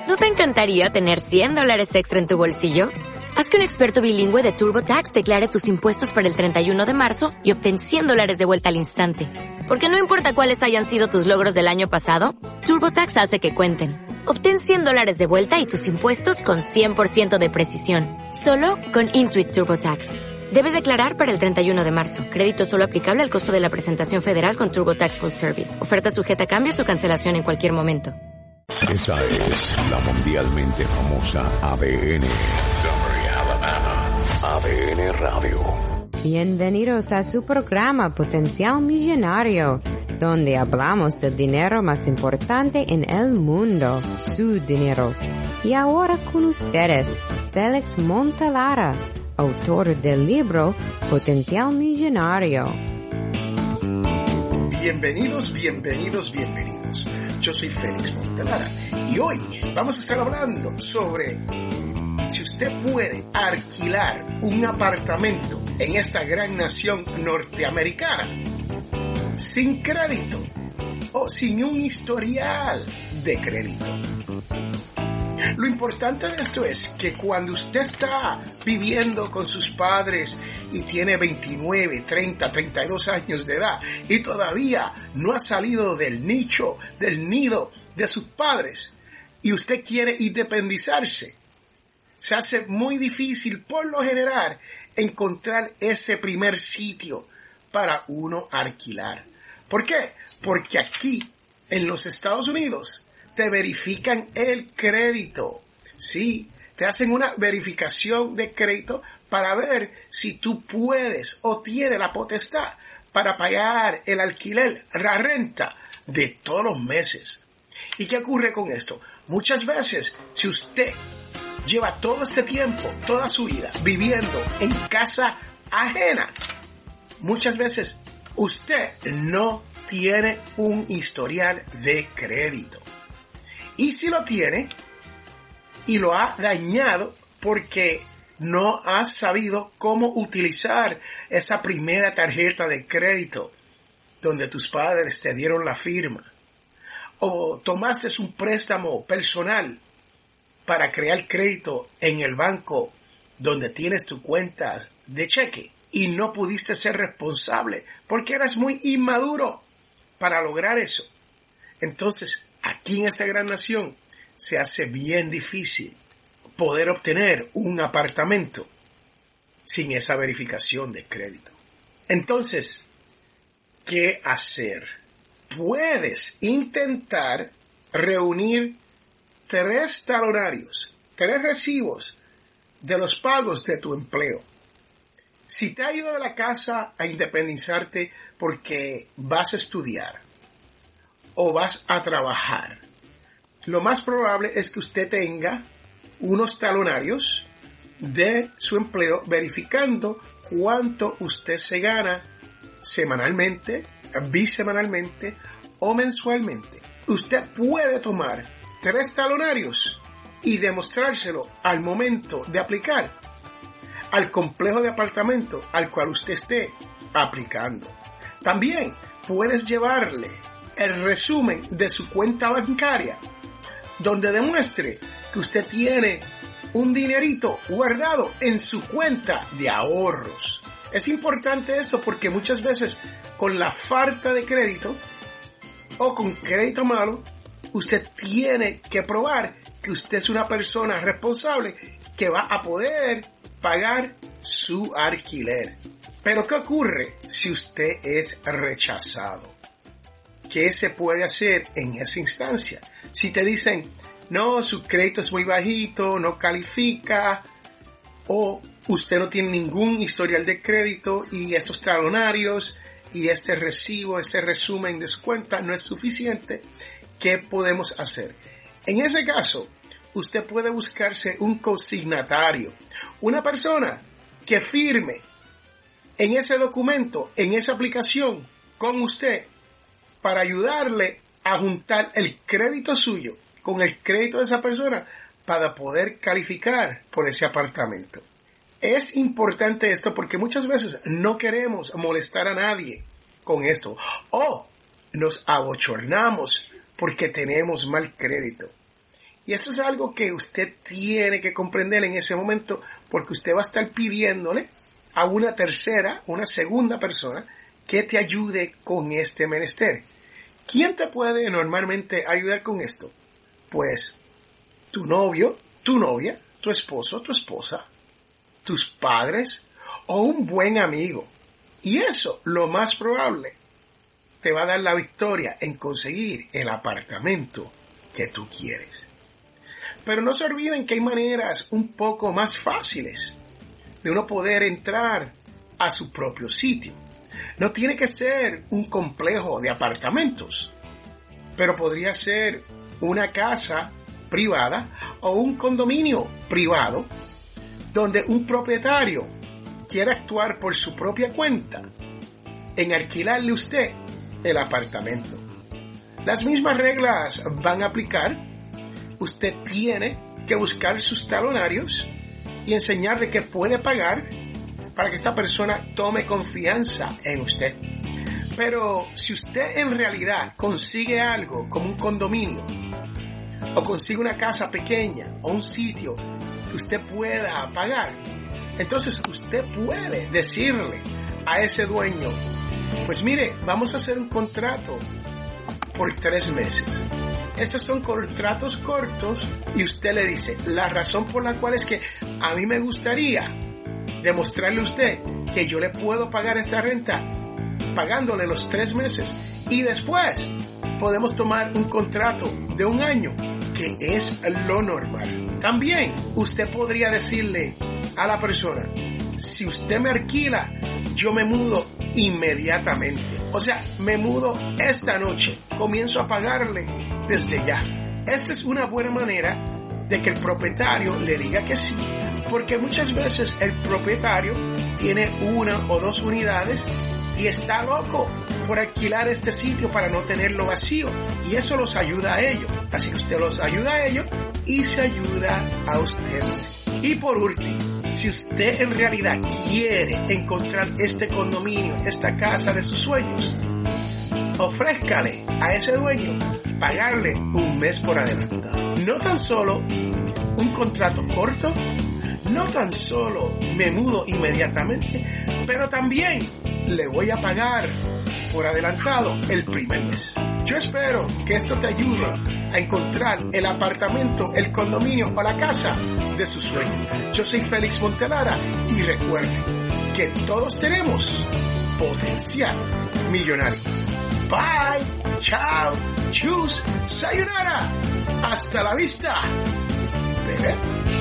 ¿No te encantaría tener $100 extra en tu bolsillo? Haz que un experto bilingüe de TurboTax declare tus impuestos para el 31 de marzo y obtén $100 de vuelta al instante. Porque no importa cuáles hayan sido tus logros del año pasado, TurboTax hace que cuenten. Obtén $100 de vuelta y tus impuestos con 100% de precisión. Solo con Intuit TurboTax. Debes declarar para el 31 de marzo. Crédito solo aplicable al costo de la presentación federal con TurboTax Full Service. Oferta sujeta a cambios o cancelación en cualquier momento. Esta es la mundialmente famosa ADN. ADN Radio. Bienvenidos a su programa Potencial Millonario, donde hablamos del dinero más importante en el mundo, su dinero. Y ahora con ustedes, Félix Montelara, autor del libro Potencial Millonario. Bienvenidos. Yo soy Félix Montelara y hoy vamos a estar hablando sobre si usted puede alquilar un apartamento en esta gran nación norteamericana sin crédito o sin un historial de crédito. Lo importante de esto es que cuando usted está viviendo con sus padres y tiene 29, 30, 32 años de edad y todavía no ha salido del nicho, del nido de sus padres y usted quiere independizarse, se hace muy difícil por lo general encontrar ese primer sitio para uno alquilar. ¿Por qué? Porque aquí en los Estados Unidos te verifican el crédito. Sí, te hacen una verificación de crédito para ver si tú puedes o tienes la potestad para pagar el alquiler, la renta de todos los meses. ¿Y qué ocurre con esto? Muchas veces, si usted lleva todo este tiempo, toda su vida, viviendo en casa ajena, muchas veces usted no tiene un historial de crédito. Y si lo tiene y lo ha dañado porque no has sabido cómo utilizar esa primera tarjeta de crédito donde tus padres te dieron la firma, o tomaste un préstamo personal para crear crédito en el banco donde tienes tus cuentas de cheque y no pudiste ser responsable porque eras muy inmaduro para lograr eso. Entonces, aquí en esta gran nación se hace bien difícil poder obtener un apartamento sin esa verificación de crédito. Entonces, ¿qué hacer? Puedes intentar reunir 3 talonarios, 3 recibos de los pagos de tu empleo. Si te has ido de la casa a independizarte porque vas a estudiar o vas a trabajar, lo más probable es que usted tenga unos talonarios de su empleo verificando cuánto usted se gana semanalmente, bisemanalmente o mensualmente. Usted puede tomar 3 talonarios y demostrárselo al momento de aplicar al complejo de apartamento al cual usted esté aplicando. También puedes llevarle el resumen de su cuenta bancaria donde demuestre que usted tiene un dinerito guardado en su cuenta de ahorros. Es importante esto porque muchas veces con la falta de crédito o con crédito malo, usted tiene que probar que usted es una persona responsable que va a poder pagar su alquiler. Pero ¿qué ocurre si usted es rechazado? ¿Qué se puede hacer en esa instancia? Si te dicen, no, su crédito es muy bajito, no califica, o usted no tiene ningún historial de crédito y estos talonarios y este recibo, este resumen de su cuenta no es suficiente, ¿qué podemos hacer? En ese caso, usted puede buscarse un consignatario, una persona que firme en ese documento, en esa aplicación con usted para ayudarle a juntar el crédito suyo con el crédito de esa persona para poder calificar por ese apartamento. Es importante esto porque muchas veces no queremos molestar a nadie con esto o nos abochornamos porque tenemos mal crédito. Y esto es algo que usted tiene que comprender en ese momento, porque usted va a estar pidiéndole a una tercera, una segunda persona que te ayude con este menester. ¿Quién te puede normalmente ayudar con esto? Pues tu novio, tu novia, tu esposo, tu esposa, tus padres o un buen amigo. Y eso, lo más probable, te va a dar la victoria en conseguir el apartamento que tú quieres. Pero no se olviden que hay maneras un poco más fáciles de uno poder entrar a su propio sitio. No tiene que ser un complejo de apartamentos, pero podría ser una casa privada o un condominio privado donde un propietario quiera actuar por su propia cuenta en alquilarle a usted el apartamento. Las mismas reglas van a aplicar. Usted tiene que buscar sus talonarios y enseñarle que puede pagar para que esta persona tome confianza en usted. Pero si usted en realidad consigue algo como un condominio o consigue una casa pequeña o un sitio que usted pueda pagar, entonces usted puede decirle a ese dueño, pues mire, vamos a hacer un contrato por 3 meses. Estos son contratos cortos y usted le dice, la razón por la cual es que a mí me gustaría demostrarle a usted que yo le puedo pagar esta renta pagándole los 3 meses y después podemos tomar un contrato de 1 año, que es lo normal. También usted podría decirle a la persona, si usted me alquila, yo me mudo inmediatamente. O sea, me mudo esta noche, comienzo a pagarle desde ya. Esta es una buena manera de que el propietario le diga que sí, porque muchas veces el propietario tiene 1 o 2 unidades y está loco por alquilar este sitio para no tenerlo vacío, y eso los ayuda a ellos. Así que usted los ayuda a ellos y se ayuda a usted. Y por último, si usted en realidad quiere encontrar este condominio, esta casa de sus sueños, ofrézcale a ese dueño pagarle 1 mes por adelantado. No tan solo un contrato corto, no tan solo me mudo inmediatamente, pero también le voy a pagar por adelantado el primer mes. Yo espero que esto te ayude a encontrar el apartamento, el condominio o la casa de sus sueños. Yo soy Félix Montelara y recuerden que todos tenemos potencial millonario. Bye, chao, chus, sayonara, hasta la vista, bebé.